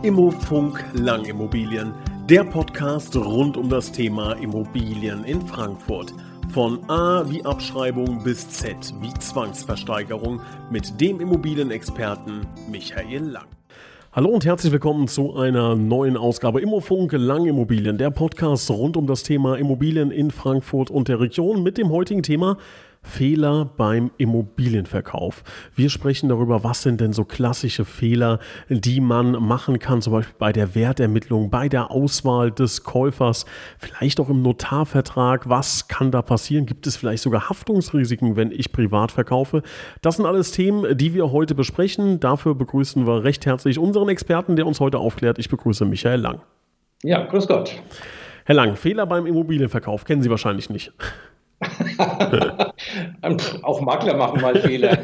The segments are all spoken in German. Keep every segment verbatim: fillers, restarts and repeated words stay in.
Immofunk Langimmobilien, der Podcast rund um das Thema Immobilien in Frankfurt. Von A wie Abschreibung bis Z wie Zwangsversteigerung mit dem Immobilienexperten Michael Lang. Hallo und herzlich willkommen zu einer neuen Ausgabe Immofunk Langimmobilien, der Podcast rund um das Thema Immobilien in Frankfurt und der Region mit dem heutigen Thema Fehler beim Immobilienverkauf. Wir sprechen darüber, was sind denn so klassische Fehler, die man machen kann, zum Beispiel bei der Wertermittlung, bei der Auswahl des Käufers, vielleicht auch im Notarvertrag. Was kann da passieren? Gibt es vielleicht sogar Haftungsrisiken, wenn ich privat verkaufe? Das sind alles Themen, die wir heute besprechen. Dafür begrüßen wir recht herzlich unseren Experten, der uns heute aufklärt. Ich begrüße Michael Lang. Ja, grüß Gott. Herr Lang, Fehler beim Immobilienverkauf kennen Sie wahrscheinlich nicht. Auch Makler machen mal Fehler.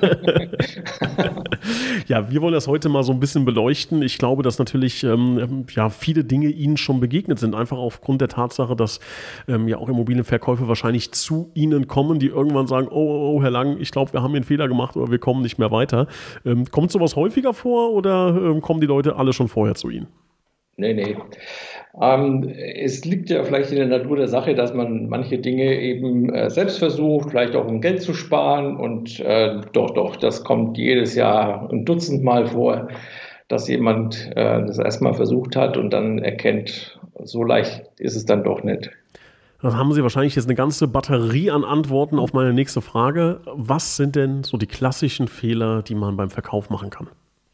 Ja, wir wollen das heute mal so ein bisschen beleuchten. Ich glaube, dass natürlich ähm, ja, viele Dinge Ihnen schon begegnet sind, einfach aufgrund der Tatsache, dass ähm, ja auch Immobilienverkäufe wahrscheinlich zu Ihnen kommen, die irgendwann sagen, oh, oh, oh Herr Lang, ich glaube, wir haben hier einen Fehler gemacht oder wir kommen nicht mehr weiter. Ähm, kommt sowas häufiger vor oder ähm, kommen die Leute alle schon vorher zu Ihnen? Nee, nee. Ähm, es liegt ja vielleicht in der Natur der Sache, dass man manche Dinge eben äh, selbst versucht, vielleicht auch um Geld zu sparen. Und äh, doch, doch, das kommt jedes Jahr ein Dutzend Mal vor, dass jemand äh, das erstmal versucht hat und dann erkennt, so leicht ist es dann doch nicht. Dann haben Sie wahrscheinlich jetzt eine ganze Batterie an Antworten auf meine nächste Frage. Was sind denn so die klassischen Fehler, die man beim Verkauf machen kann?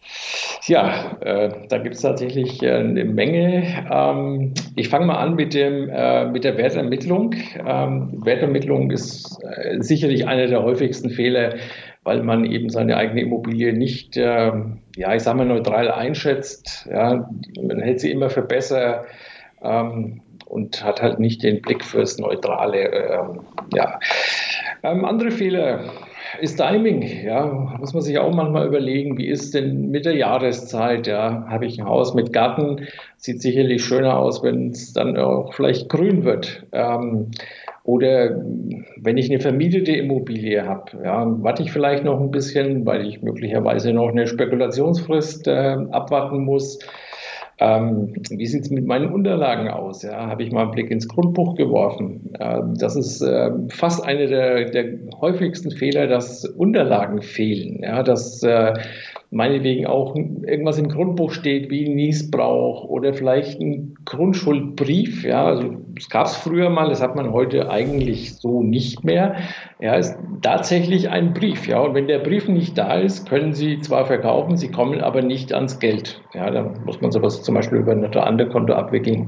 Ja, äh, da gibt es tatsächlich äh, eine Menge. Ähm, ich fange mal an mit, dem, äh, mit der Wertermittlung. Ähm, Wertermittlung ist äh, sicherlich einer der häufigsten Fehler, weil man eben seine eigene Immobilie nicht, äh, ja, ich sage mal, neutral einschätzt. Ja, man hält sie immer für besser ähm, und hat halt nicht den Blick fürs Neutrale. Ähm, ja. Ähm, andere Fehler ist Timing, ja, muss man sich auch manchmal überlegen, wie ist denn mit der Jahreszeit, ja, habe ich ein Haus mit Garten, sieht sicherlich schöner aus, wenn es dann auch vielleicht grün wird, ähm, oder wenn ich eine vermietete Immobilie habe, ja, warte ich vielleicht noch ein bisschen, weil ich möglicherweise noch eine Spekulationsfrist äh, abwarten muss. Ähm, wie sieht es mit meinen Unterlagen aus? Ja, habe ich mal einen Blick ins Grundbuch geworfen? Ähm, das ist äh, fast einer der, der häufigsten Fehler, dass Unterlagen fehlen. Ja, dass äh, meinetwegen auch irgendwas im Grundbuch steht wie ein Niesbrauch oder vielleicht ein Grundschuldbrief. Ja, also das gab es früher mal, das hat man heute eigentlich so nicht mehr. Ja, ist tatsächlich ein Brief. Ja, und wenn der Brief nicht da ist, können Sie zwar verkaufen, Sie kommen aber nicht ans Geld. Ja, dann muss man sowas zum Beispiel über ein Notarandekonto abwickeln.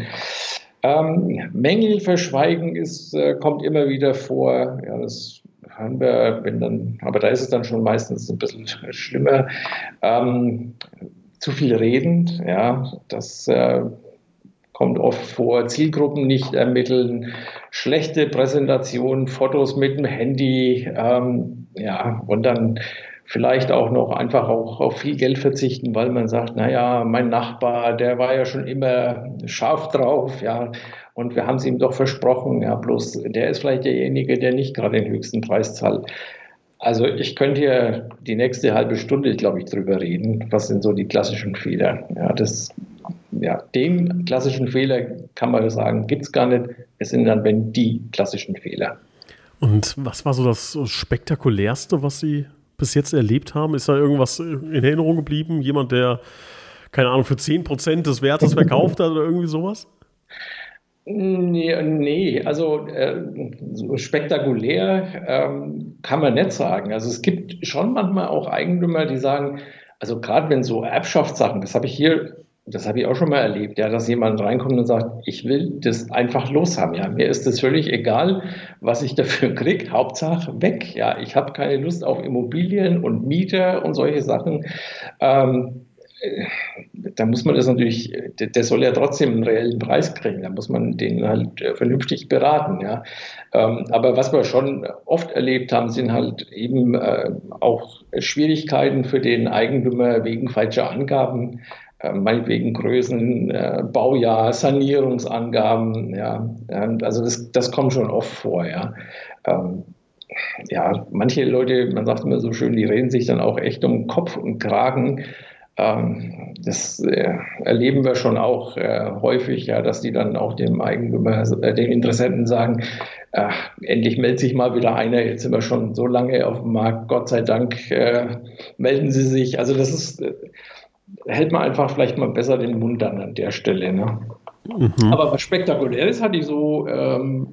Ähm, Mängel verschweigen ist, äh, kommt immer wieder vor. Ja, das haben wir, wenn dann, aber da ist es dann schon meistens ein bisschen schlimmer. Ähm, zu viel reden, ja, das äh, kommt oft vor. Zielgruppen nicht ermitteln, schlechte Präsentation, Fotos mit dem Handy, ähm, ja, und dann vielleicht auch noch einfach auch auf viel Geld verzichten, weil man sagt, naja, mein Nachbar, der war ja schon immer scharf drauf, ja, und wir haben es ihm doch versprochen, ja, bloß der ist vielleicht derjenige, der nicht gerade den höchsten Preis zahlt. Also ich könnte hier die nächste halbe Stunde, glaube ich, drüber reden, was sind so die klassischen Fehler. Ja, das, ja, den klassischen Fehler kann man sagen, gibt es gar nicht. Es sind dann wenn die klassischen Fehler. Und was war so das Spektakulärste, was Sie bis jetzt erlebt haben? Ist da irgendwas in Erinnerung geblieben? Jemand, der, keine Ahnung, für zehn Prozent des Wertes verkauft hat oder irgendwie sowas? Nee, nee, also äh, so spektakulär ähm, kann man nicht sagen. Also es gibt schon manchmal auch Eigentümer, die sagen, also gerade wenn so Erbschaftssachen, das habe ich hier, das habe ich auch schon mal erlebt, ja, dass jemand reinkommt und sagt, ich will das einfach loshaben. Ja, mir ist das völlig egal, was ich dafür kriege, Hauptsache weg. Ja, ich habe keine Lust auf Immobilien und Mieter und solche Sachen. Ähm, Da muss man das natürlich, der soll ja trotzdem einen reellen Preis kriegen, da muss man den halt vernünftig beraten. Ja. Aber was wir schon oft erlebt haben, sind halt eben auch Schwierigkeiten für den Eigentümer wegen falscher Angaben, meinetwegen Größen, Baujahr, Sanierungsangaben. Ja. Also das, das kommt schon oft vor. Ja. Ja, manche Leute, man sagt immer so schön, die reden sich dann auch echt um Kopf und Kragen. Ähm, das äh, erleben wir schon auch äh, häufig, ja, dass die dann auch dem Eigentümer, äh, den Interessenten sagen, äh, endlich meldet sich mal wieder einer, jetzt sind wir schon so lange auf dem Markt, Gott sei Dank äh, melden Sie sich. Also das ist, äh, hält man einfach vielleicht mal besser den Mund dann an der Stelle. Ne? Mhm. Aber was Spektakuläres hatte ich so, ähm,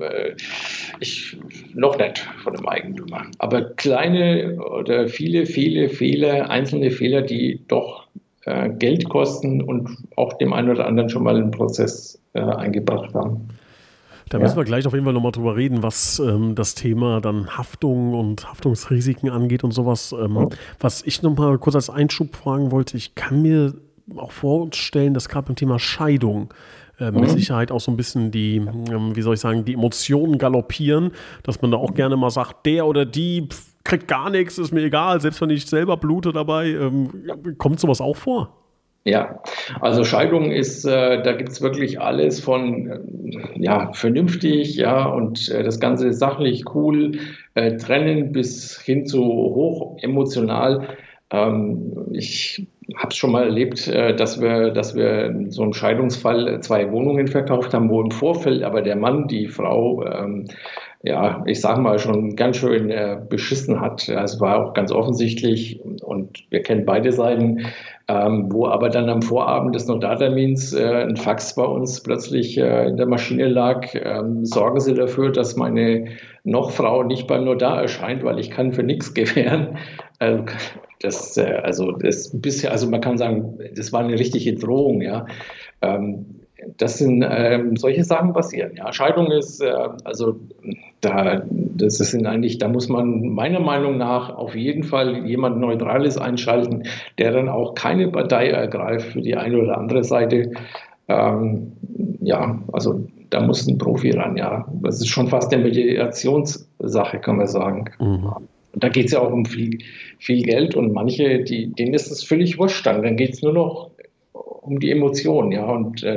ich noch nicht von dem Eigentümer. Aber kleine oder viele, viele Fehler, einzelne Fehler, die doch äh, Geld kosten und auch dem einen oder anderen schon mal einen Prozess äh, eingebracht haben. Da müssen ja. wir gleich auf jeden Fall nochmal drüber reden, was ähm, das Thema dann Haftung und Haftungsrisiken angeht und sowas. Ähm, mhm. Was ich nochmal kurz als Einschub fragen wollte, ich kann mir auch vorstellen, dass gerade beim Thema Scheidung äh, mit mhm. Sicherheit auch so ein bisschen die, ähm, wie soll ich sagen, die Emotionen galoppieren, dass man da auch gerne mal sagt, der oder die pf, kriegt gar nichts, ist mir egal, selbst wenn ich selber blute dabei. Ähm, kommt sowas auch vor? Ja, also Scheidung ist, äh, da gibt es wirklich alles von äh, ja, vernünftig, ja, und äh, das Ganze sachlich cool, äh, trennen bis hin zu hoch emotional. Ähm, ich habe es schon mal erlebt, äh, dass wir, dass wir in so einem Scheidungsfall zwei Wohnungen verkauft haben, wo im Vorfeld aber der Mann die Frau ähm, ja, ich sag mal, schon ganz schön äh, beschissen hat. Es war auch ganz offensichtlich und wir kennen beide Seiten, ähm, wo aber dann am Vorabend des Notartermins äh, ein Fax bei uns plötzlich äh, in der Maschine lag. Ähm, sorgen Sie dafür, dass meine Nochfrau nicht beim Notar erscheint, weil ich kann für nichts gewähren. Also das, äh, also das bisher, also man kann sagen, das war eine richtige Drohung, ja. Ähm, Das sind ähm, solche Sachen passieren. Ja, Scheidung ist äh, also da, das sind eigentlich, da muss man meiner Meinung nach auf jeden Fall jemand Neutrales einschalten, der dann auch keine Partei ergreift für die eine oder andere Seite. Ähm, ja, also da muss ein Profi ran. Ja, das ist schon fast eine Mediationssache, kann man sagen. Mhm. Und da geht es ja auch um viel, viel Geld und manche, die, denen ist es völlig wurscht dann. Dann geht es nur noch um die Emotionen, ja, und äh,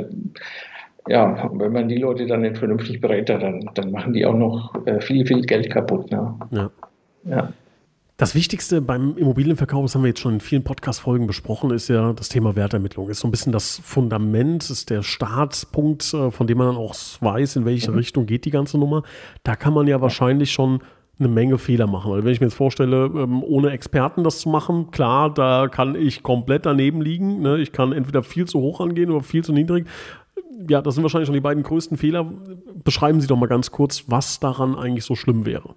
ja, wenn man die Leute dann nicht vernünftig berät, dann, dann machen die auch noch äh, viel, viel Geld kaputt. Ne? Ja. Ja. Das Wichtigste beim Immobilienverkauf, das haben wir jetzt schon in vielen Podcast-Folgen besprochen, ist ja das Thema Wertermittlung. Ist so ein bisschen das Fundament, ist der Startpunkt, von dem man dann auch weiß, in welche mhm. Richtung geht die ganze Nummer. Da kann man ja wahrscheinlich schon eine Menge Fehler machen. Weil wenn ich mir jetzt vorstelle, ohne Experten das zu machen, klar, da kann ich komplett daneben liegen. Ne? Ich kann entweder viel zu hoch angehen oder viel zu niedrig. Ja, das sind wahrscheinlich schon die beiden größten Fehler. Beschreiben Sie doch mal ganz kurz, was daran eigentlich so schlimm wäre.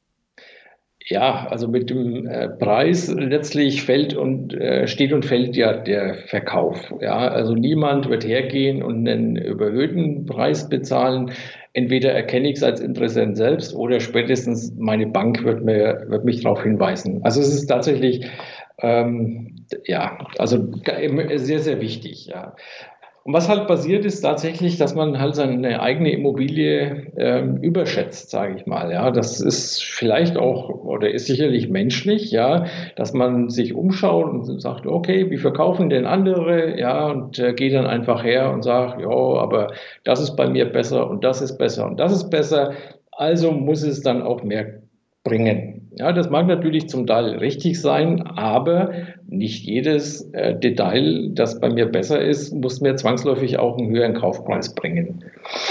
Ja, also mit dem äh, Preis letztlich fällt und äh, steht und fällt ja der Verkauf. Ja, also niemand wird hergehen und einen überhöhten Preis bezahlen. Entweder erkenne ich es als Interessent selbst oder spätestens meine Bank wird mir wird mich darauf hinweisen. Also es ist tatsächlich ähm, ja, also sehr sehr wichtig. Ja. Und was halt passiert ist tatsächlich, dass man halt seine eigene Immobilie ähm, überschätzt, sage ich mal. Ja, das ist vielleicht auch oder ist sicherlich menschlich, ja, dass man sich umschaut und sagt, okay, wie verkaufen denn andere? Ja, und äh, geht dann einfach her und sagt, ja, aber das ist bei mir besser und das ist besser und das ist besser. Also muss es dann auch mehr bringen. Ja, das mag natürlich zum Teil richtig sein, aber nicht jedes äh, Detail, das bei mir besser ist, muss mir zwangsläufig auch einen höheren Kaufpreis bringen.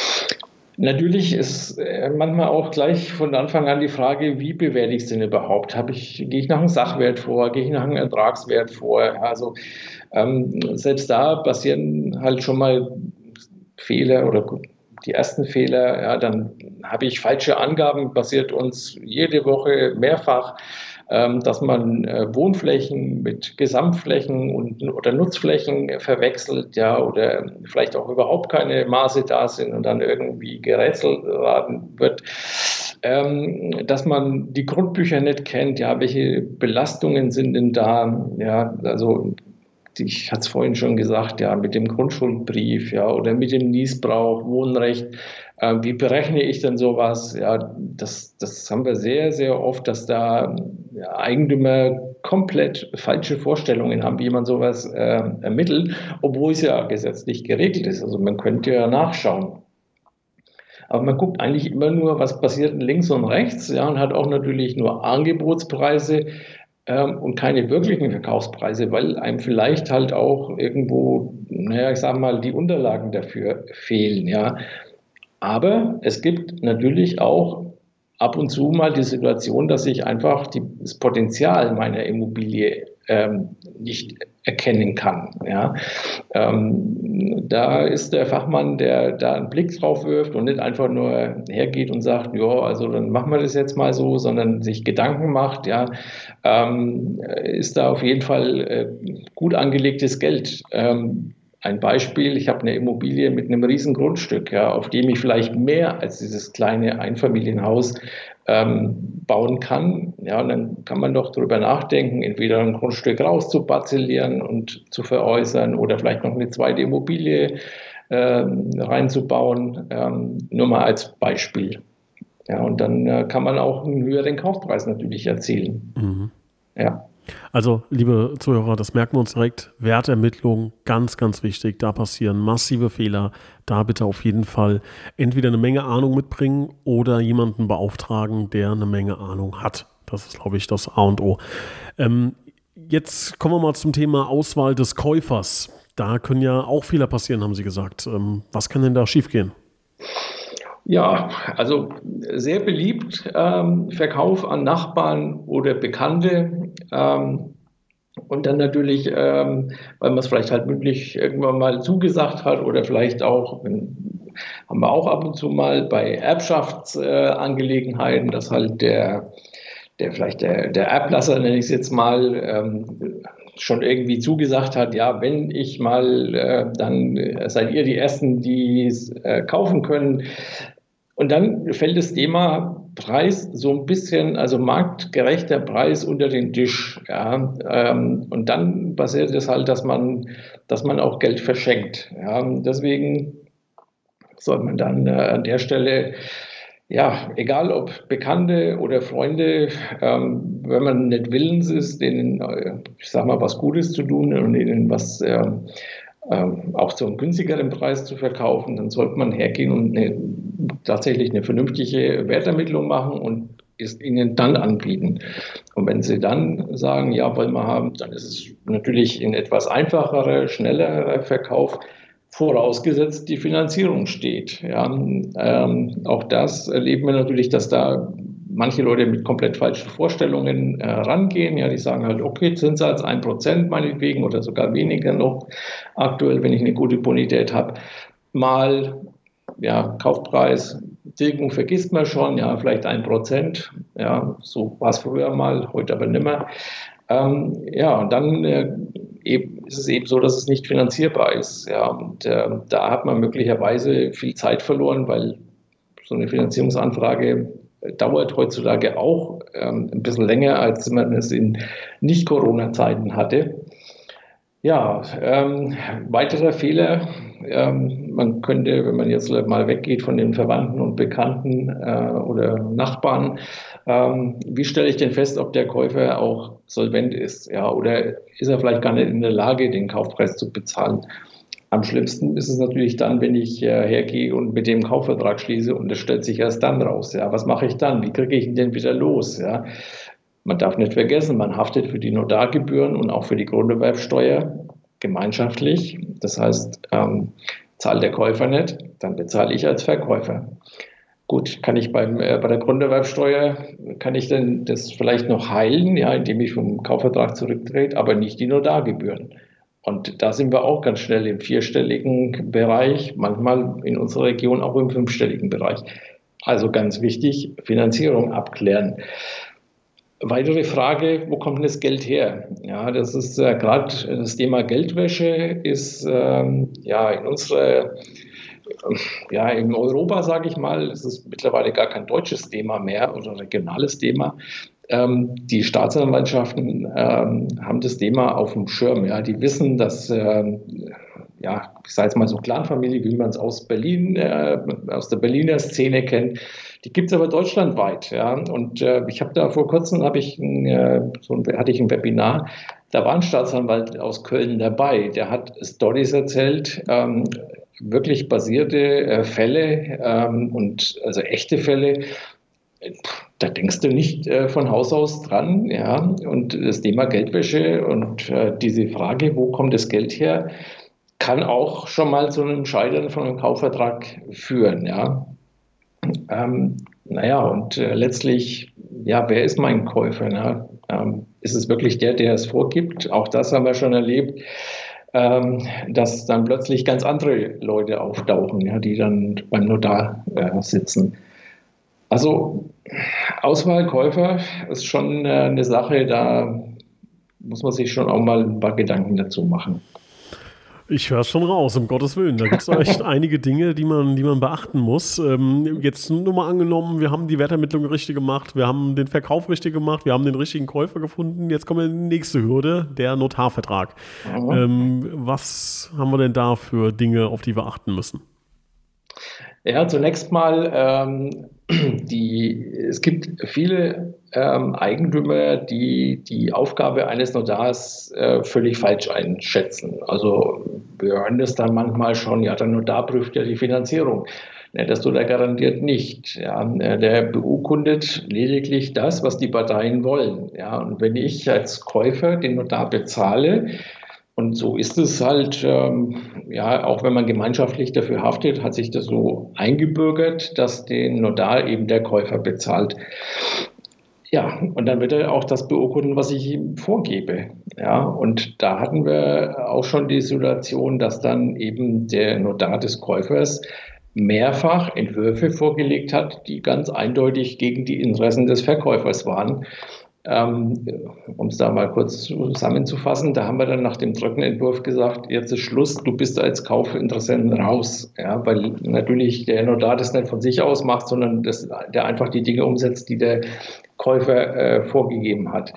Natürlich ist äh, manchmal auch gleich von Anfang an die Frage, wie bewerte ich es denn überhaupt? Habe ich, gehe ich nach einem Sachwert vor? Gehe ich nach einem Ertragswert vor? Also ähm, selbst da passieren halt schon mal Fehler oder gut. Die ersten Fehler, ja, dann habe ich falsche Angaben, passiert uns jede Woche mehrfach, ähm, dass man äh, Wohnflächen mit Gesamtflächen und, oder Nutzflächen verwechselt, ja, oder vielleicht auch überhaupt keine Maße da sind und dann irgendwie gerätselt wird. Ähm, dass man die Grundbücher nicht kennt, ja, welche Belastungen sind denn da, ja, also ich hatte es vorhin schon gesagt, ja, mit dem Grundschuldbrief, ja, oder mit dem Niesbrauch, Wohnrecht, äh, wie berechne ich denn sowas? Ja, das, das haben wir sehr, sehr oft, dass da ja, Eigentümer komplett falsche Vorstellungen haben, wie man sowas äh, ermittelt, obwohl es ja gesetzlich geregelt ist. Also man könnte ja nachschauen. Aber man guckt eigentlich immer nur, was passiert links und rechts, ja, und hat auch natürlich nur Angebotspreise ähm, und keine wirklichen Verkaufspreise, weil einem vielleicht halt auch irgendwo, naja, ich sage mal, die Unterlagen dafür fehlen, ja. Aber es gibt natürlich auch ab und zu mal die Situation, dass ich einfach die, das Potenzial meiner Immobilie ähm, nicht erkennen kann. Ja. Ähm, da ist der Fachmann, der da einen Blick drauf wirft und nicht einfach nur hergeht und sagt, ja, also dann machen wir das jetzt mal so, sondern sich Gedanken macht, ja, ähm, ist da auf jeden Fall äh, gut angelegtes Geld. Ähm, Ein Beispiel, ich habe eine Immobilie mit einem riesen Grundstück, ja, auf dem ich vielleicht mehr als dieses kleine Einfamilienhaus ähm, bauen kann. Ja, und dann kann man doch darüber nachdenken, entweder ein Grundstück rauszuparzellieren und zu veräußern oder vielleicht noch eine zweite Immobilie ähm, reinzubauen. Ähm, nur mal als Beispiel. Ja, und dann äh, kann man auch einen höheren Kaufpreis natürlich erzielen. Mhm. Ja. Also, liebe Zuhörer, das merken wir uns direkt. Wertermittlung, ganz, ganz wichtig. Da passieren massive Fehler. Da bitte auf jeden Fall entweder eine Menge Ahnung mitbringen oder jemanden beauftragen, der eine Menge Ahnung hat. Das ist, glaube ich, das A und O. Ähm, jetzt kommen wir mal zum Thema Auswahl des Käufers. Da können ja auch Fehler passieren, haben Sie gesagt. Ähm, was kann denn da schiefgehen? Ja, also sehr beliebt, ähm, Verkauf an Nachbarn oder Bekannte. Ähm, und dann natürlich, ähm, weil man es vielleicht halt mündlich irgendwann mal zugesagt hat oder vielleicht auch, wenn, haben wir auch ab und zu mal bei Erbschaftsangelegenheiten, äh, dass halt der, der vielleicht der, der Erblasser, nenne ich es jetzt mal, ähm, schon irgendwie zugesagt hat, ja, wenn ich mal, äh, dann seid ihr die Ersten, die es äh, kaufen können. Und dann fällt das Thema Preis so ein bisschen, also marktgerechter Preis unter den Tisch. Ja, ähm, und dann passiert es halt, dass man, dass man auch Geld verschenkt. Ja, deswegen soll man dann äh, an der Stelle, ja, egal ob Bekannte oder Freunde, ähm, wenn man nicht willens ist, denen, äh, ich sag mal, was Gutes zu tun und ihnen was äh, ähm, auch zu einem günstigeren Preis zu verkaufen, dann sollte man hergehen und eine, tatsächlich eine vernünftige Wertermittlung machen und es ihnen dann anbieten. Und wenn sie dann sagen, ja, wollen wir haben, dann ist es natürlich ein etwas einfacherer, schnellerer Verkauf, vorausgesetzt die Finanzierung steht. Ja, ähm, auch das erleben wir natürlich, dass da manche Leute mit komplett falschen Vorstellungen äh, rangehen. Ja, die sagen halt, okay, Zinssatz ein Prozent meinetwegen oder sogar weniger noch aktuell, wenn ich eine gute Bonität habe. Mal, ja, Kaufpreis, Tilgung vergisst man schon, ja, vielleicht ein Prozent. Ja, so war es früher mal, heute aber nicht mehr. Ähm, ja, und dann äh, eben, ist es eben so, dass es nicht finanzierbar ist. Ja, und äh, da hat man möglicherweise viel Zeit verloren, weil so eine Finanzierungsanfrage dauert heutzutage auch ähm, ein bisschen länger, als man es in Nicht-Corona-Zeiten hatte. Ja, ähm, weiterer Fehler, ähm, man könnte, wenn man jetzt mal weggeht von den Verwandten und Bekannten äh, oder Nachbarn, ähm, wie stelle ich denn fest, ob der Käufer auch solvent ist, ja, oder ist er vielleicht gar nicht in der Lage, den Kaufpreis zu bezahlen? Am schlimmsten ist es natürlich dann, wenn ich äh, hergehe und mit dem Kaufvertrag schließe und das stellt sich erst dann raus. Ja, was mache ich dann? Wie kriege ich ihn denn wieder los? Ja, man darf nicht vergessen, man haftet für die Notargebühren und auch für die Grunderwerbsteuer gemeinschaftlich. Das heißt, ähm, zahlt der Käufer nicht, dann bezahle ich als Verkäufer. Gut, kann ich beim, äh, bei der Grunderwerbsteuer, kann ich denn das vielleicht noch heilen, ja, indem ich vom Kaufvertrag zurücktrete, aber nicht die Notargebühren. Und da sind wir auch ganz schnell im vierstelligen Bereich, manchmal in unserer Region auch im fünfstelligen Bereich. Also ganz wichtig, Finanzierung abklären. Weitere Frage, wo kommt denn das Geld her? Ja, das ist äh, gerade das Thema Geldwäsche ist ähm, ja in unserer, ja in Europa, sage ich mal, ist es mittlerweile gar kein deutsches Thema mehr oder regionales Thema. Ähm, die Staatsanwaltschaften ähm, haben das Thema auf dem Schirm. Ja, die wissen, dass ähm, ja, ich sage jetzt mal so Clanfamilie, wie man es aus Berlin, äh, aus der Berliner Szene kennt. Die gibt es aber deutschlandweit. Ja. Und äh, ich habe da vor kurzem habe ich ein, äh, so ein, hatte ich ein Webinar, da war ein Staatsanwalt aus Köln dabei, der hat Storys erzählt, ähm, wirklich basierte äh, Fälle ähm, und also echte Fälle, da denkst du nicht äh, von Haus aus dran, ja. Und das Thema Geldwäsche und äh, diese Frage, wo kommt das Geld her, kann auch schon mal zu einem Scheitern von einem Kaufvertrag führen, ja. Ähm, naja, und äh, letztlich, ja, wer ist mein Käufer? Ne? Ähm, ist es wirklich der, der es vorgibt? Auch das haben wir schon erlebt, ähm, dass dann plötzlich ganz andere Leute auftauchen, ja, die dann beim Notar äh, sitzen. Also Auswahl Käufer ist schon äh, eine Sache, da muss man sich schon auch mal ein paar Gedanken dazu machen. Ich höre es schon raus, um Gottes Willen. Da gibt es echt einige Dinge, die man, die man beachten muss. Ähm, jetzt nur mal angenommen, wir haben die Wertermittlung richtig gemacht, wir haben den Verkauf richtig gemacht, wir haben den richtigen Käufer gefunden. Jetzt kommt die nächste Hürde, der Notarvertrag. Mhm. Ähm, was haben wir denn da für Dinge, auf die wir achten müssen? Ja, zunächst mal, ähm, die, es gibt viele ähm, Eigentümer, die die Aufgabe eines Notars äh, völlig falsch einschätzen. Also wir hören das dann manchmal schon, ja, der Notar prüft ja die Finanzierung. Ja, das tut er garantiert nicht. Ja, der beurkundet lediglich das, was die Parteien wollen. Ja, und wenn ich als Käufer den Notar bezahle, und so ist es halt, ähm, ja, auch wenn man gemeinschaftlich dafür haftet, hat sich das so eingebürgert, dass den Notar eben der Käufer bezahlt. Ja, und dann wird er auch das beurkunden, was ich ihm vorgebe. Ja, und da hatten wir auch schon die Situation, dass dann eben der Notar des Käufers mehrfach Entwürfe vorgelegt hat, die ganz eindeutig gegen die Interessen des Verkäufers waren. Ähm, um es da mal kurz zusammenzufassen, da haben wir dann nach dem dritten Entwurf gesagt, jetzt ist Schluss, du bist als Kaufinteressent raus, ja, weil natürlich der Notar das nicht von sich aus macht, sondern das, der einfach die Dinge umsetzt, die der Käufer äh, vorgegeben hat.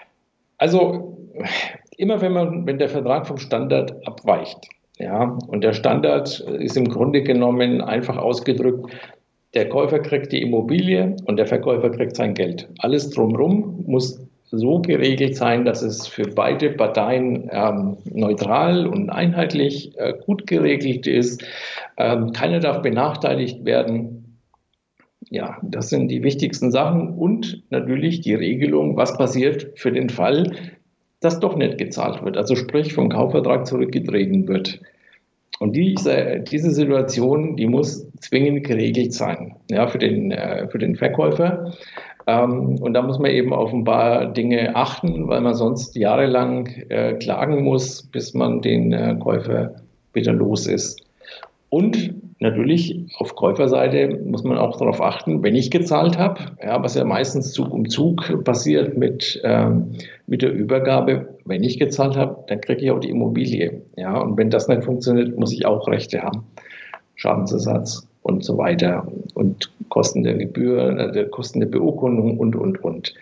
Also immer wenn man, wenn der Vertrag vom Standard abweicht, ja, und der Standard ist im Grunde genommen einfach ausgedrückt, der Käufer kriegt die Immobilie und der Verkäufer kriegt sein Geld. Alles drumherum muss so geregelt sein, dass es für beide Parteien ähm, neutral und einheitlich äh, gut geregelt ist. Ähm, keiner darf benachteiligt werden. Ja, das sind die wichtigsten Sachen und natürlich die Regelung, was passiert für den Fall, dass doch nicht gezahlt wird, also sprich vom Kaufvertrag zurückgetreten wird. Und diese, diese Situation, die muss zwingend geregelt sein, ja, für den, äh, für den Verkäufer. Ähm, und da muss man eben auf ein paar Dinge achten, weil man sonst jahrelang äh, klagen muss, bis man den äh, Käufer wieder los ist. Und natürlich auf Käuferseite muss man auch darauf achten, wenn ich gezahlt habe, ja, was ja meistens Zug um Zug passiert mit, ähm, mit der Übergabe, wenn ich gezahlt habe, dann kriege ich auch die Immobilie. Ja, und wenn das nicht funktioniert, muss ich auch Rechte haben. Schadensersatz und so weiter und Kosten der Gebühr, äh, Kosten der Beurkundung und, und, und.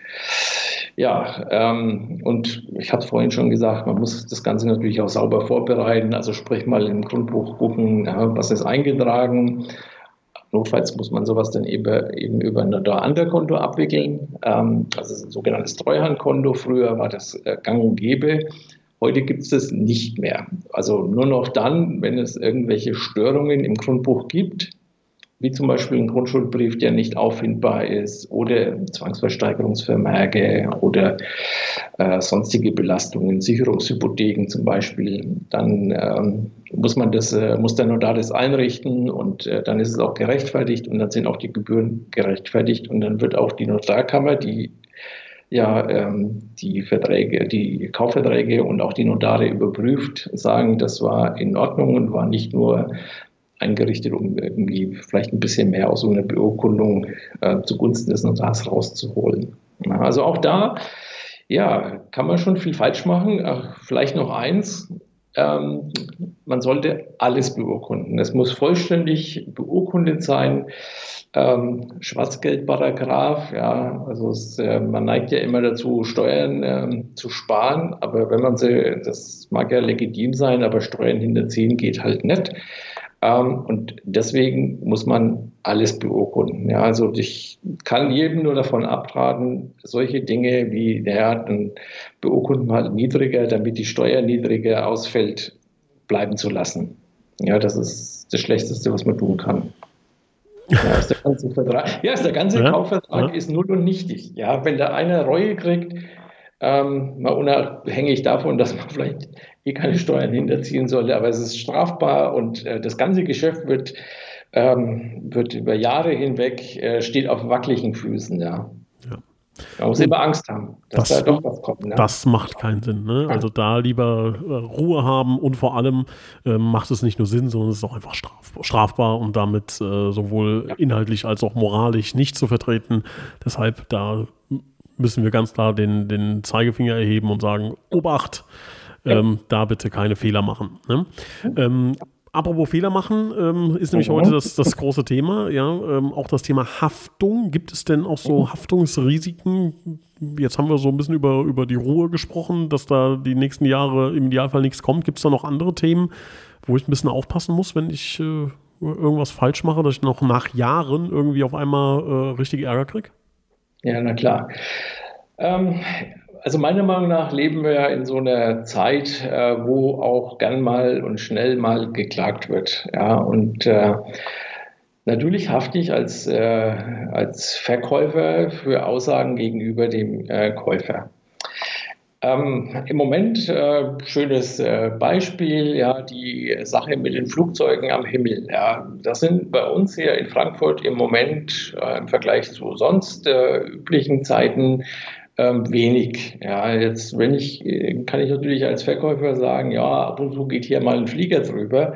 Ja, ähm, und ich habe es vorhin schon gesagt, man muss das Ganze natürlich auch sauber vorbereiten, also sprich mal im Grundbuch gucken, ja, was ist eingetragen. Notfalls muss man sowas dann eben, eben über ein Notar-Underkonto abwickeln, ähm, also ein sogenanntes Treuhandkonto. Früher war das äh, gang und gäbe. Heute gibt es das nicht mehr. Also nur noch dann, wenn es irgendwelche Störungen im Grundbuch gibt, wie zum Beispiel ein Grundschuldbrief, der nicht auffindbar ist oder Zwangsversteigerungsvermerke oder äh, sonstige Belastungen, Sicherungshypotheken zum Beispiel, dann ähm, muss man das, äh, muss der Notar das einrichten und äh, dann ist es auch gerechtfertigt und dann sind auch die Gebühren gerechtfertigt und dann wird auch die Notarkammer, die ja ähm, die Verträge, die Kaufverträge und auch die Notare überprüft, sagen, das war in Ordnung und war nicht nur eingerichtet, um irgendwie vielleicht ein bisschen mehr aus so einer Beurkundung äh, zugunsten des Notars rauszuholen. Ja, also auch da, ja, kann man schon viel falsch machen. Ach, vielleicht noch eins, ähm, man sollte alles beurkunden. Es muss vollständig beurkundet sein. Ähm, Schwarzgeldparagraf, ja, also es, äh, man neigt ja immer dazu, Steuern äh, zu sparen, aber wenn man sie, das mag ja legitim sein, aber Steuern hinterziehen geht halt nicht. Ähm, und deswegen muss man alles beurkunden. Ja, also ich kann jedem nur davon abraten, solche Dinge wie, naja, dann beurkunden wir halt niedriger, damit die Steuer niedriger ausfällt, bleiben zu lassen. Ja, das ist das Schlechteste, was man tun kann. Ja, ist der ganze Vertrag, ja, ist der ganze Ja, Kaufvertrag ja. ist null und nichtig. Ja, wenn da einer Reue kriegt, ähm, mal unabhängig davon, dass man vielleicht eh keine Steuern hinterziehen sollte, aber es ist strafbar und äh, das ganze Geschäft wird, ähm, wird über Jahre hinweg, äh, steht auf wackeligen Füßen, ja. Ja. Man muss Und immer Angst haben, dass da das, doch was kommt, ne? das macht keinen Sinn. Ne? Also da lieber äh, Ruhe haben und vor allem äh, macht es nicht nur Sinn, sondern es ist auch einfach straf strafbar und damit äh, sowohl Ja. inhaltlich als auch moralisch nicht zu vertreten. Deshalb da müssen wir ganz klar den, den Zeigefinger erheben und sagen, Obacht, ähm, ja. da bitte keine Fehler machen. Ne? Ähm, Apropos Fehler machen, ähm, ist nämlich mhm. heute das, das große Thema, ja, ähm, auch das Thema Haftung. Gibt es denn auch so mhm. Haftungsrisiken? Jetzt haben wir so ein bisschen über, über die Ruhe gesprochen, dass da die nächsten Jahre im Idealfall nichts kommt. Gibt es da noch andere Themen, wo ich ein bisschen aufpassen muss, wenn ich äh, irgendwas falsch mache, dass ich noch nach Jahren irgendwie auf einmal äh, richtig Ärger kriege? Ja, na klar. Ähm, Also meiner Meinung nach leben wir ja in so einer Zeit, äh, wo auch gern mal und schnell mal geklagt wird. Ja, und äh, natürlich hafte ich als, äh, als Verkäufer für Aussagen gegenüber dem äh, Käufer. Ähm, im Moment, äh, schönes äh, Beispiel, ja, die Sache mit den Flugzeugen am Himmel. Ja, das sind bei uns hier in Frankfurt im Moment äh, im Vergleich zu sonst äh, üblichen Zeiten Ähm, wenig. Ja, jetzt, wenn ich, kann ich natürlich als Verkäufer sagen, ja, ab und zu geht hier mal ein Flieger drüber.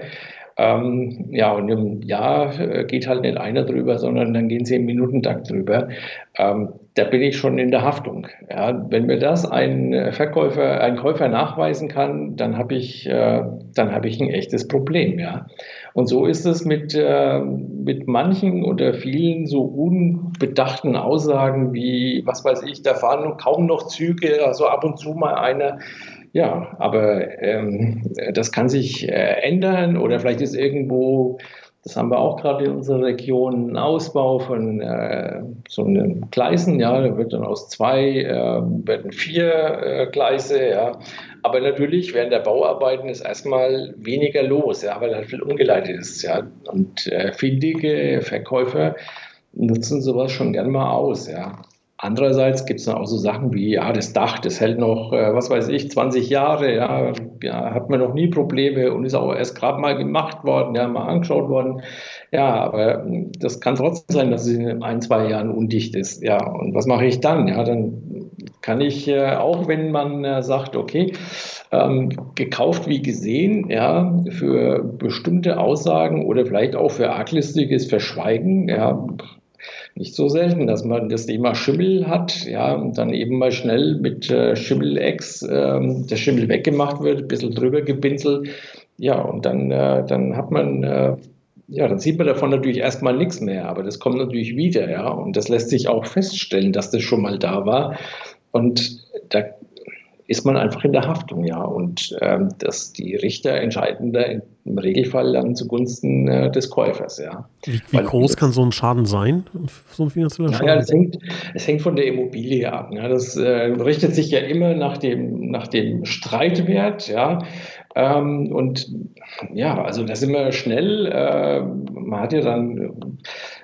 Ähm, ja, und im Jahr äh, geht halt nicht einer drüber, sondern dann gehen sie im Minutentakt drüber. Ähm, da bin ich schon in der Haftung. Ja, wenn mir das ein Verkäufer, ein Käufer nachweisen kann, dann habe ich, äh, dann habe ich ein echtes Problem. Ja. Und so ist es mit, äh, mit manchen oder vielen so unbedachten Aussagen wie, was weiß ich, da fahren kaum noch Züge, also ab und zu mal einer. Ja, aber ähm, das kann sich äh, ändern oder vielleicht ist irgendwo, das haben wir auch gerade in unserer Region, ein Ausbau von äh, so einem Gleisen, ja, da wird dann aus zwei, äh, werden vier äh, Gleise, ja. Aber natürlich während der Bauarbeiten ist erstmal weniger los, ja, weil halt viel umgeleitet ist, ja. Und äh, findige Verkäufer nutzen sowas schon gern mal aus, ja. Andererseits gibt es dann auch so Sachen wie, ja, das Dach, das hält noch, äh, was weiß ich, zwanzig Jahre, ja, ja, hat man noch nie Probleme und ist auch erst gerade mal gemacht worden, ja, mal angeschaut worden. Ja, aber das kann trotzdem sein, dass es in ein, zwei Jahren undicht ist. Ja, und was mache ich dann? Ja, dann kann ich, äh, auch wenn man äh, sagt, okay, ähm, gekauft wie gesehen, ja, für bestimmte Aussagen oder vielleicht auch für arglistiges Verschweigen, ja, nicht so selten, dass man das Thema Schimmel hat, ja, und dann eben mal schnell mit äh, Schimmel-Ex äh, der Schimmel weggemacht wird, ein bisschen drüber gepinselt, ja, und dann, äh, dann hat man, äh, ja, dann sieht man davon natürlich erstmal nichts mehr, aber das kommt natürlich wieder, ja, und das lässt sich auch feststellen, dass das schon mal da war und da ist man einfach in der Haftung, ja, und ähm, dass die Richter entscheiden da im Regelfall dann zugunsten äh, des Käufers, ja. Wie, wie groß das, kann so ein Schaden sein, so ein finanzieller Schaden? Ja, es hängt, es hängt von der Immobilie ab. Ja. Das äh, richtet sich ja immer nach dem, nach dem Streitwert, ja. Ähm, und ja, also da sind wir schnell, äh, man hat ja dann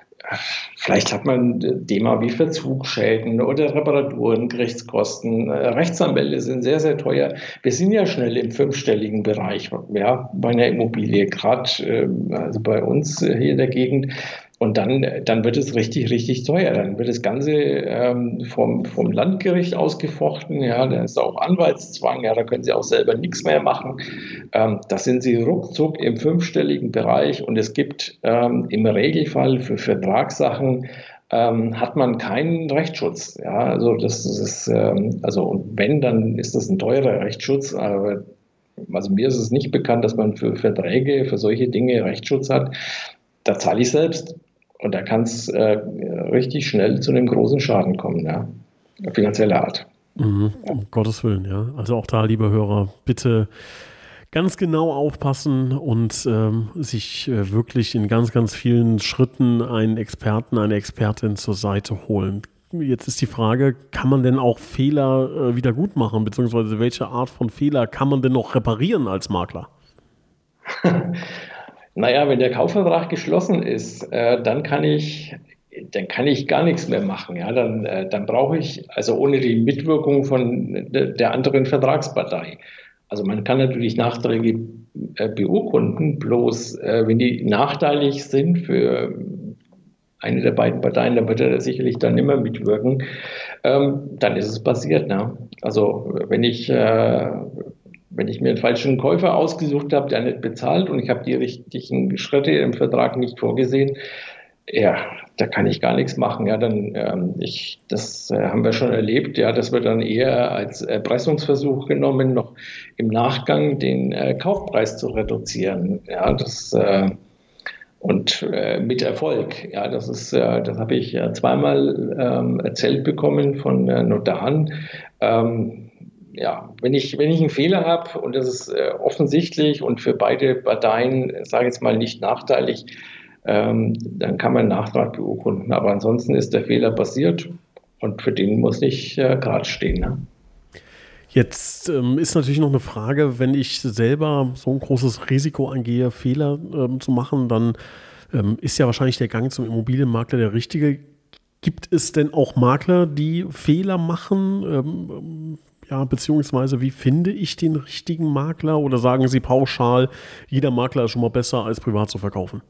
vielleicht hat man ein Thema wie Verzugsschäden oder Reparaturen, Gerichtskosten. Rechtsanwälte sind sehr, sehr teuer. Wir sind ja schnell im fünfstelligen Bereich, ja, bei einer Immobilie, gerade also bei uns hier in der Gegend. Und dann, dann wird es richtig, richtig teuer. Dann wird das Ganze ähm, vom, vom Landgericht ausgefochten. Ja, da ist auch Anwaltszwang. Ja, da können Sie auch selber nichts mehr machen. Ähm, da sind Sie ruckzuck im fünfstelligen Bereich. Und es gibt ähm, im Regelfall für Vertragssachen ähm, hat man keinen Rechtsschutz. Ja, also das ist, ähm, also und wenn, dann ist das ein teurer Rechtsschutz. Aber also mir ist es nicht bekannt, dass man für Verträge, für solche Dinge Rechtsschutz hat. Da zahle ich selbst. Und da kann es äh, richtig schnell zu einem großen Schaden kommen, ja, finanzieller Art. Mhm, um ja. Gottes Willen, ja. Also auch da, liebe Hörer, bitte ganz genau aufpassen und ähm, sich äh, wirklich in ganz, ganz vielen Schritten einen Experten, eine Expertin zur Seite holen. Jetzt ist die Frage, kann man denn auch Fehler äh, wieder gut machen, beziehungsweise welche Art von Fehler kann man denn noch reparieren als Makler? Naja, wenn der Kaufvertrag geschlossen ist, äh, dann kann ich, dann kann ich gar nichts mehr machen. Ja, dann, äh, dann brauche ich, also ohne die Mitwirkung von de, der anderen Vertragspartei. Also man kann natürlich Nachträge äh, beurkunden, bloß äh, wenn die nachteilig sind für eine der beiden Parteien, dann wird er sicherlich dann immer mitwirken. Ähm, dann ist es passiert. Ne? Also wenn ich äh, Wenn ich mir einen falschen Käufer ausgesucht habe, der nicht bezahlt und ich habe die richtigen Schritte im Vertrag nicht vorgesehen, ja, da kann ich gar nichts machen. Ja, dann, ähm, ich, das äh, haben wir schon erlebt. Ja, das wird dann eher als Erpressungsversuch genommen, noch im Nachgang den äh, Kaufpreis zu reduzieren. Ja, das äh, und äh, mit Erfolg. Ja, das ist, äh, das habe ich äh, zweimal ähm, erzählt bekommen von äh, Notaren. Ähm, Ja, wenn ich, wenn ich einen Fehler habe und das ist äh, offensichtlich und für beide Parteien, sage ich jetzt mal, nicht nachteilig, ähm, dann kann man einen Nachtrag beurkunden. Aber ansonsten ist der Fehler passiert und für den muss nicht äh, gerade stehen. Ne? Jetzt ähm, ist natürlich noch eine Frage, wenn ich selber so ein großes Risiko eingehe, Fehler ähm, zu machen, dann ähm, ist ja wahrscheinlich der Gang zum Immobilienmakler der richtige. Gibt es denn auch Makler, die Fehler machen? Ähm, Ja, beziehungsweise wie finde ich den richtigen Makler oder sagen Sie pauschal, jeder Makler ist schon mal besser als privat zu verkaufen?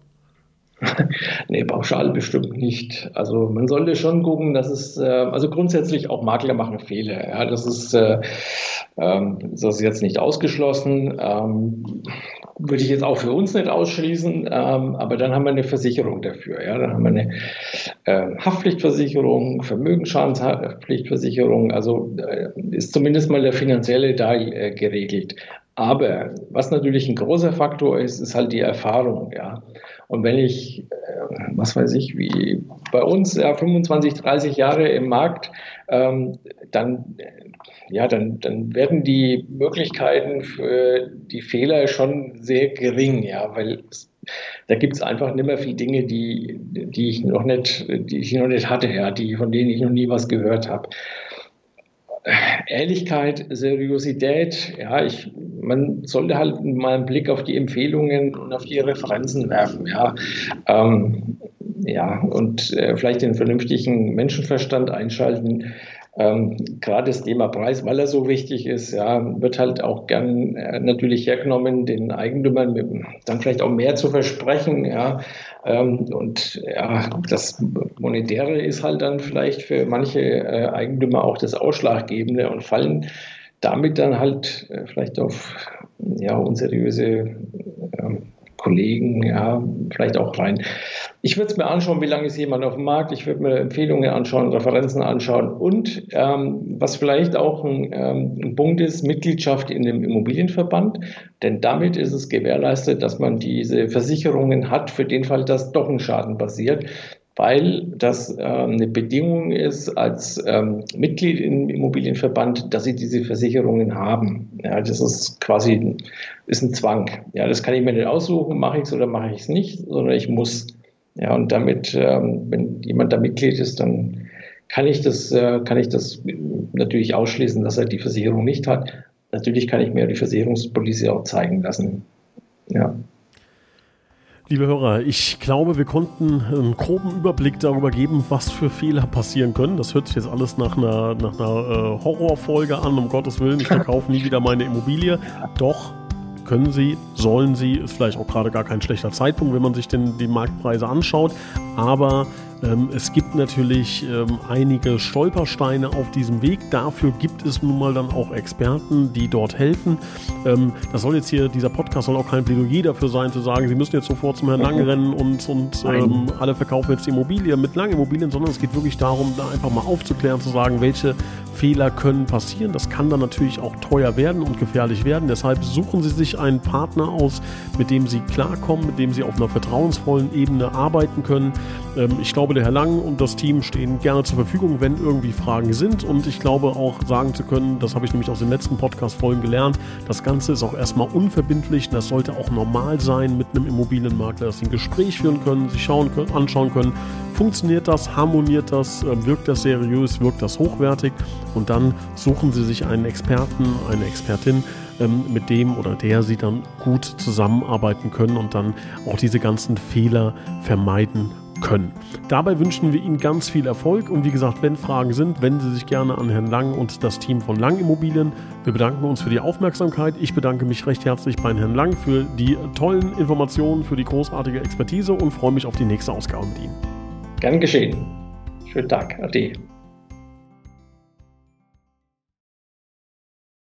Nee, pauschal bestimmt nicht. Also man sollte schon gucken, dass es, äh, also grundsätzlich auch Makler machen Fehler. Ja, das ist, äh, ähm, das ist jetzt nicht ausgeschlossen. Ähm, würde ich jetzt auch für uns nicht ausschließen, ähm, aber dann haben wir eine Versicherung dafür. Ja, dann haben wir eine äh, Haftpflichtversicherung, Vermögensschadenshaftpflichtversicherung. Also äh, ist zumindest mal der finanzielle Teil äh, geregelt. Aber was natürlich ein großer Faktor ist, ist halt die Erfahrung. Ja. Und wenn ich, was weiß ich, wie bei uns ja, fünfundzwanzig, dreißig Jahre im Markt, ähm, dann, ja, dann, dann werden die Möglichkeiten für die Fehler schon sehr gering, ja, weil es, da gibt es einfach nicht mehr viele Dinge, die, die ich noch nicht, die ich noch nicht hatte, ja, die, von denen ich noch nie was gehört habe. Ehrlichkeit, Seriosität, ja, ich, man sollte halt mal einen Blick auf die Empfehlungen und auf die Referenzen werfen, ja, ähm, ja, und äh, vielleicht den vernünftigen Menschenverstand einschalten. Ähm, gerade das Thema Preis, weil er so wichtig ist, ja, wird halt auch gern äh, natürlich hergenommen, den Eigentümern mit, dann vielleicht auch mehr zu versprechen, ja, ähm, und ja, das Monetäre ist halt dann vielleicht für manche äh, Eigentümer auch das Ausschlaggebende und fallen damit dann halt äh, vielleicht auf ja, unseriöse äh, Kollegen, ja, vielleicht auch rein. Ich würde es mir anschauen, wie lange ist jemand auf dem Markt. Ich würde mir Empfehlungen anschauen, Referenzen anschauen und ähm, was vielleicht auch ein, ähm, ein Punkt ist, Mitgliedschaft in dem Immobilienverband. Denn damit ist es gewährleistet, dass man diese Versicherungen hat für den Fall, dass doch ein Schaden passiert. Weil das ähm, eine Bedingung ist als ähm, Mitglied im Immobilienverband, dass sie diese Versicherungen haben. Ja, das ist quasi ist ein Zwang. Ja, das kann ich mir nicht aussuchen, mache ich es oder mache ich es nicht, sondern ich muss. Ja, und damit, ähm, wenn jemand da Mitglied ist, dann kann ich das, äh, kann ich das natürlich ausschließen, dass er die Versicherung nicht hat. Natürlich kann ich mir die Versicherungspolice auch zeigen lassen. Ja. Liebe Hörer, ich glaube, wir konnten einen groben Überblick darüber geben, was für Fehler passieren können. Das hört sich jetzt alles nach einer, nach einer äh, Horrorfolge an, um Gottes Willen, ich verkaufe nie wieder meine Immobilie. Doch, können Sie, sollen Sie, ist vielleicht auch gerade gar kein schlechter Zeitpunkt, wenn man sich denn die Marktpreise anschaut, aber ähm, es gibt natürlich ähm, einige Stolpersteine auf diesem Weg. Dafür gibt es nun mal dann auch Experten, die dort helfen. Ähm, das soll jetzt hier, dieser Podcast soll auch kein Plädoyer dafür sein, zu sagen, Sie müssen jetzt sofort zum Herrn Lange rennen und, und ähm, alle verkaufen jetzt die Immobilie mit Langimmobilien, sondern es geht wirklich darum, da einfach mal aufzuklären, zu sagen, welche Fehler können passieren. Das kann dann natürlich auch teuer werden und gefährlich werden. Deshalb suchen Sie sich einen Partner aus, mit dem Sie klarkommen, mit dem Sie auf einer vertrauensvollen Ebene arbeiten können. Ähm, ich glaube, glaube, der Herr Lang und das Team stehen gerne zur Verfügung, wenn irgendwie Fragen sind. Und ich glaube auch sagen zu können, das habe ich nämlich aus den letzten Podcast-Folgen gelernt, das Ganze ist auch erstmal unverbindlich. Das sollte auch normal sein mit einem Immobilienmakler, dass sie ein Gespräch führen können, sich schauen können, anschauen können, funktioniert das, harmoniert das, wirkt das seriös, wirkt das hochwertig, und dann suchen Sie sich einen Experten, eine Expertin, mit dem oder der Sie dann gut zusammenarbeiten können und dann auch diese ganzen Fehler vermeiden können. Dabei wünschen wir Ihnen ganz viel Erfolg, und wie gesagt, wenn Fragen sind, wenden Sie sich gerne an Herrn Lang und das Team von Lang Immobilien. Wir bedanken uns für die Aufmerksamkeit. Ich bedanke mich recht herzlich bei Herrn Lang für die tollen Informationen, für die großartige Expertise und freue mich auf die nächste Ausgabe mit Ihnen. Gern geschehen. Schönen Tag. Ade.